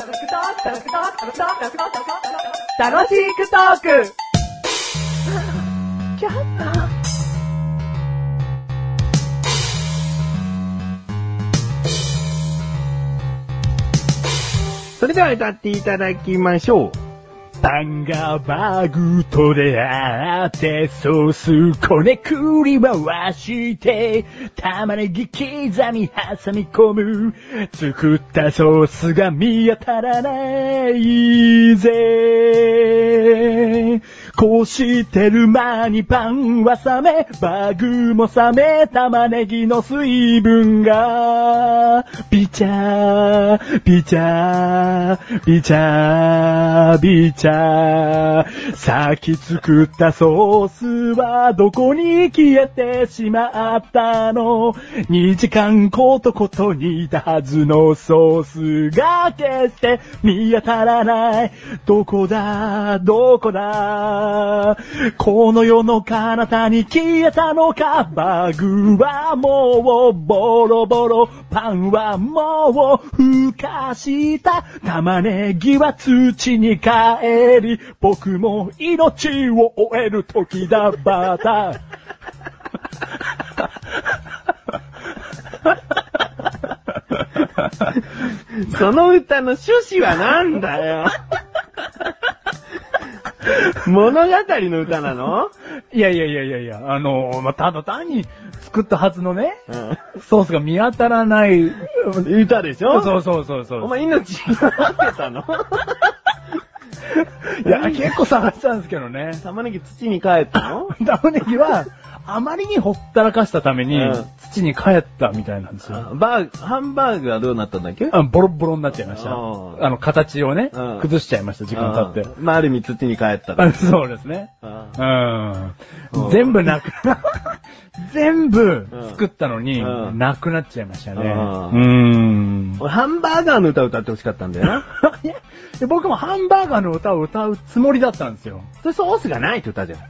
楽しくトークそれでは歌っていただきましょう。 パンがバグと出会って、ソースこねくり回して、玉ねぎ刻み挟み込む。作ったソースが見当たらないぜ。こうしてる間にパンは冷め、バグも冷め、玉ねぎの水分が、ビチャー、ビチャー、ビチャー、ビチャー。さっき作ったソースはどこに消えてしまったの。2時間ことこと煮たはずのソースが決して見当たらない。どこだ、どこだ。この世の彼方に消えたのか。バグはもうボロボロ、パンはもうふかした。玉ねぎは土に帰り、僕も命を終える時だバタ。 その歌の趣旨はなんだよ。物語の歌なの？ いや、ただ単に作ったはずのね、ソースが見当たらない歌でしょ？ そう。 お前命が分けたの？ いや、結構探したんですけどね。 玉ねぎ土に帰ったの？ 玉ねぎは、あまりにほったらかしたために、土に帰ったみたいなんですよ。 ハンバーグはどうなったんだっけ？ ボロボロになっちゃいました。形をね、崩しちゃいました、時間経って。 ある意味土に帰ったら。そうですね。全部全部作ったのに、なくなっちゃいましたね。 俺、ハンバーガーの歌を歌ってほしかったんだよな。 僕もハンバーガーの歌を歌うつもりだったんですよ。 それソースがないって歌じゃん。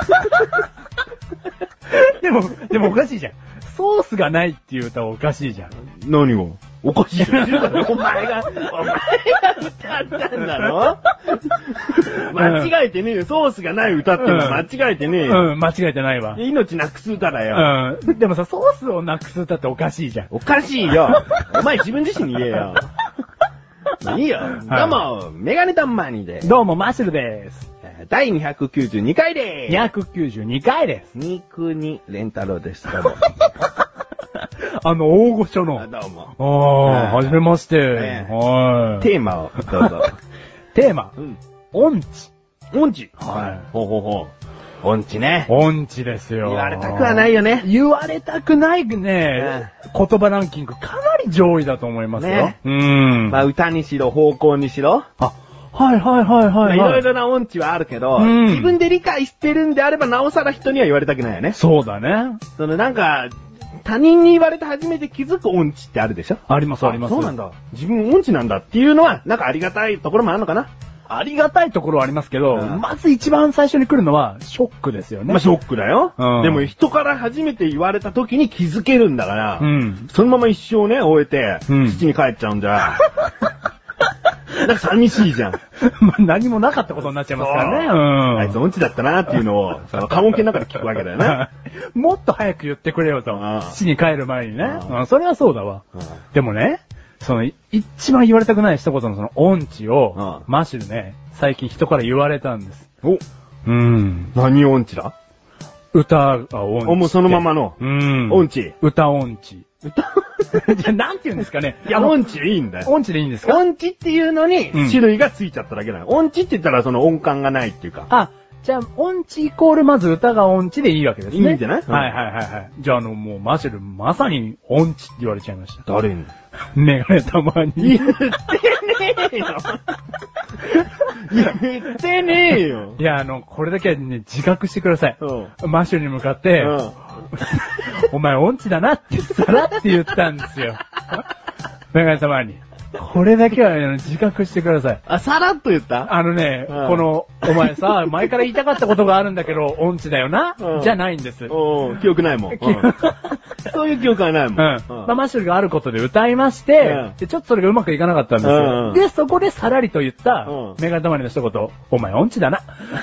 でもおかしいじゃん。ソースがないっていう歌はおかしいじゃん。 何がおかしいじゃん。お前が歌ったんだろ？間違えてねえよ。ソースがない歌ってのは間違えてねえよ。 間違えてないわ。 命なくす歌だよ。 でもさ、ソースをなくす歌っておかしいじゃん。 おかしいよ。お前自分自身に言えよ。いいよ。どうも、メガネタンマーニーです。 どうも、マッシュルです。 第292回でーす。 292回です。 肉にレンタロウです。どうも。 大御所の。 どうも。 はじめまして。 はい。テーマを、どうぞ。 テーマ。音痴。 音痴。 はい。 ほう。音痴ね。 音痴ですよ。 言われたくはないよね。 言われたくないね。言葉ランキングかなり上位だと思いますよ。 ね。まあ歌にしろ、方向にしろ。 はい。 いろいろな音痴はあるけど、自分で理解してるんであればなおさら人には言われたくないよね。 そうだね。 他人に言われて初めて気づく音痴ってあるでしょ？ あります。そうなんだ。自分音痴なんだっていうのは、なんかありがたいところもあるのかな？ ありがたいところはありますけど、まず一番最初に来るのは、ショックですよね。 まあ、ショックだよ。でも人から初めて言われた時に気づけるんだから、そのまま一生ね、終えて、土に帰っちゃうんじゃ。なんか寂しいじゃん。 何もなかったことになっちゃいますからね。あいつ音痴だったなっていうのを、カモンケの中で聞くわけだよね。 もっと早く言ってくれよと。土に帰る前にね。それはそうだわ。でもね、一番言われたくない一言のその音痴を、マシュルね、最近人から言われたんです。 何音痴だ？ 歌が音痴。 もうそのままの。音痴。 歌音痴。じゃあ、なんて言うんですかね。 いや、音痴でいいんだよ。 音痴でいいんですか？ 音痴っていうのに、種類がついちゃっただけなの。音痴って言ったらその音感がないっていうか。 じゃあ、音痴イコールまず歌が音痴でいいわけですね。 いいんじゃない？ はい。じゃあ、もう、マシュル、まさに音痴って言われちゃいました。 誰に？ メガネたまに。 言ってねえよ。言ってねえよ。 いや、これだけはね、自覚してください。マシュルに向かって、お前音痴だなってさらって言ったんですよ。メガネたまに。 これだけは自覚してください。 あ、さらっと言った？ この、お前さ、前から言いたかったことがあるんだけど、音痴だよな、じゃないんです。 記憶ないもん。そういう記憶はないもん。 まあ、マッシュルがあることで歌いまして、でちょっとそれがうまくいかなかったんですよ。で、そこでさらりと言った、メガネたまりの一言、お前音痴だな。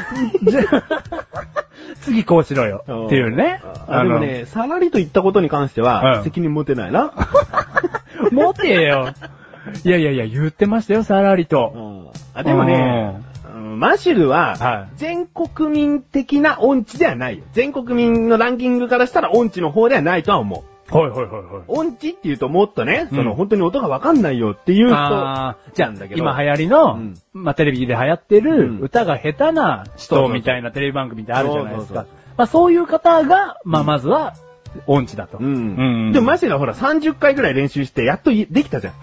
次こうしろよ。っていうね。 でもね、さらりと言ったことに関しては、責任持てないな。 持てよ。いや、言ってましたよ、さらりと。 でもね、マシルは、全国民的な音痴ではないよ。全国民のランキングからしたら音痴の方ではないとは思う。音痴って言うともっとね、本当に音がわかんないよっていう人じゃあ、今流行りの、まあ、テレビで流行ってる、歌が下手な人みたいなテレビ番組ってあるじゃないですか。まあ、そういう方が、まあ、まずは、音痴だと。でもマシルはほら30回ぐらい練習して、やっとできたじゃん。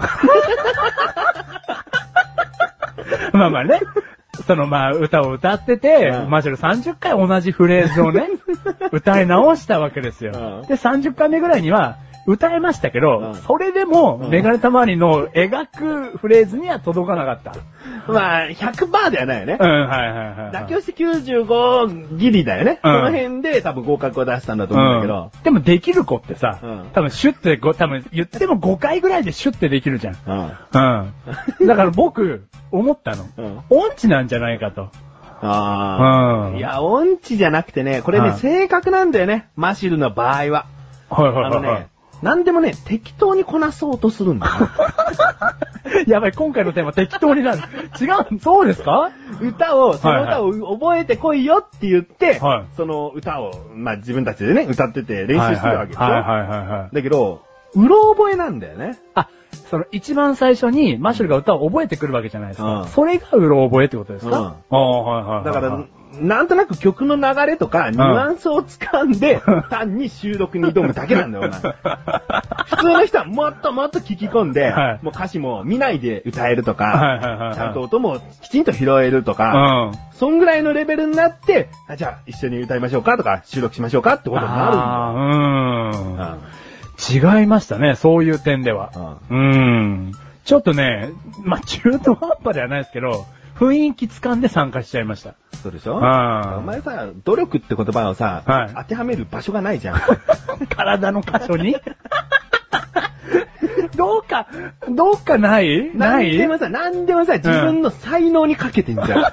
まあまあね。歌を歌ってて、マシュル30回同じフレーズをね、歌い直したわけですよ。で、30回目ぐらいには、歌えましたけど、それでも、メガネたまわりの描くフレーズには届かなかった。 まあ、100% ではないよね。妥協して95ギリだよね。その辺で多分合格を出したんだと思うんだけど。 でもできる子ってさ、多分シュッて、多分言っても5回ぐらいでシュッてできるじゃん。だから僕、思ったの。音痴なんじゃないかと。 いや、音痴じゃなくてね、これね、性格なんだよね。マシルの場合は。なんでもね、適当にこなそうとするんだよ。 やばい、今回のテーマ適当になる。違う、そうですか？ その歌を覚えてこいよって言って、その歌を、まあ自分たちでね、歌ってて練習してるわけですよ。だけど、うろ覚えなんだよね。 一番最初にマシュルが歌を覚えてくるわけじゃないですか。それがうろ覚えってことですか？ だから、なんとなく曲の流れとか、ニュアンスを掴んで、単に収録に挑むだけなんだよ、お前。普通の人はもっともっと聞き込んで、もう歌詞も見ないで歌えるとか、ちゃんと音もきちんと拾えるとか、そんぐらいのレベルになって、じゃあ一緒に歌いましょうかとか、収録しましょうかってことになるんだよ。 違いましたね、そういう点では。ちょっとね、まあ、中途半端ではないですけど、雰囲気掴んで参加しちゃいました。 そうでしょ？お前さ、努力って言葉をさ、当てはめる場所がないじゃん。 体の箇所にどうかないなんでもさ、自分の才能にかけてんじゃん。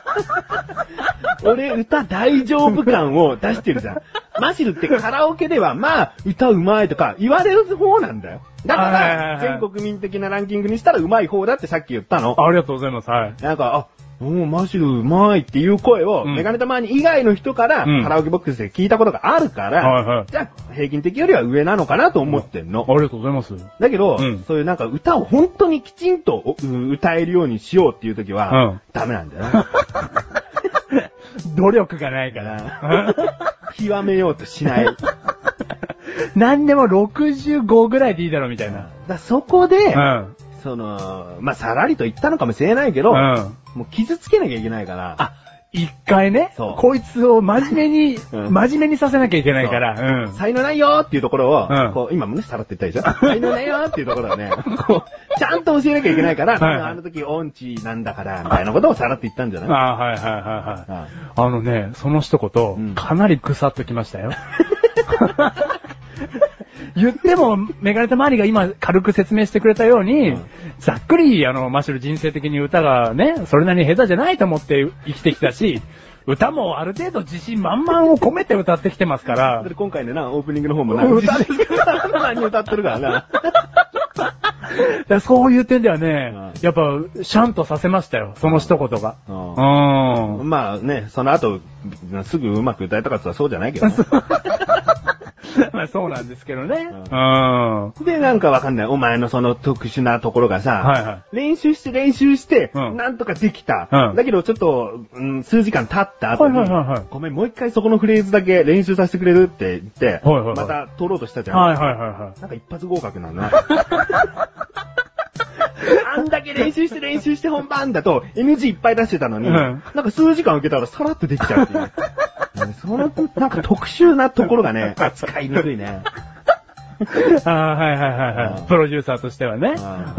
俺、歌大丈夫感を出してるじゃん。マシルってカラオケでは、まあ、歌うまいとか言われる方なんだよ。だから、全国民的なランキングにしたらうまい方だってさっき言ったの。 ありがとうございます。 なんか、マシルうまいっていう声を、メガネたまに以外の人から、カラオケボックスで聞いたことがあるから、じゃあ、平均的よりは上なのかなと思ってんの。 ありがとうございます。 だけど、そういうなんか歌を本当にきちんと歌えるようにしようっていう時は、ダメなんだよな。 努力がないから。 極めようとしない。 何でも65ぐらいでいいだろうみたいな。 そこで、まあ、さらりと言ったのかもしれないけど、もう傷つけなきゃいけないから。 一回ね、こいつを真面目にさせなきゃいけないから、 才能ないよーっていうところを、こう、今もね、さらって言ったでしょ？才能ないよーっていうところをね、こう、ちゃんと教えなきゃいけないから、あの時音痴なんだから、みたいなことをさらって言ったんじゃない？ その一言、かなりぐさっときましたよ。言っても、メガネたまわりが今軽く説明してくれたように、ざっくり、マシュル人生的に歌がね、それなりに下手じゃないと思って生きてきたし、歌もある程度自信満々を込めて歌ってきてますから。 今回のオープニングの方も何歌ってるからな。そういう点ではね、やっぱ、シャンとさせましたよ、その一言が。 まあね、その後、すぐうまく歌えたかったらそうじゃないけどね。 まあそうなんですけどね。 で、なんかわかんない。お前のその特殊なところがさ、練習して、なんとかできた。だけどちょっと、数時間経った後に、ごめん、もう一回そこのフレーズだけ練習させてくれるって言って、また通ろうとしたじゃん。なんか一発合格なのね。あんだけ練習して本番だと NG いっぱい出してたのに、なんか数時間受けたらさらっとできちゃうっていう。その、なんか特殊なところがね、扱いにくいね。 はいはい。プロデューサーとしてはね。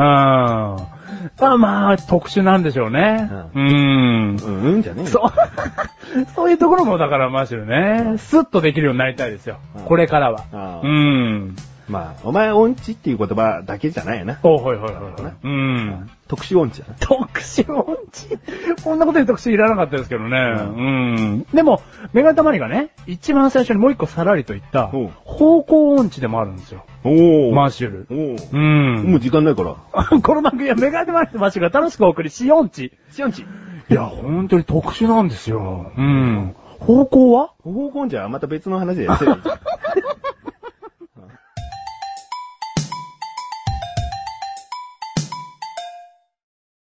まあ、特殊なんでしょうね。 じゃねえそう。そういうところもだからマシュルね、スッとできるようになりたいですよ。これからは。 まあ、お前音痴っていう言葉だけじゃないよな。特殊音痴だな。 特殊音痴こんなことで特殊いらなかったですけどね。でも、メガネたまりがね、一番最初にもう一個さらりと言った、方向音痴でもあるんですよ。マシュル。 もう時間ないから。 この番組はメガネたまりとマシュルが楽しくお送り、シ音痴。 シ音痴。 いや、本当に特殊なんですよ。方向は方向音痴はまた別の話でやってる。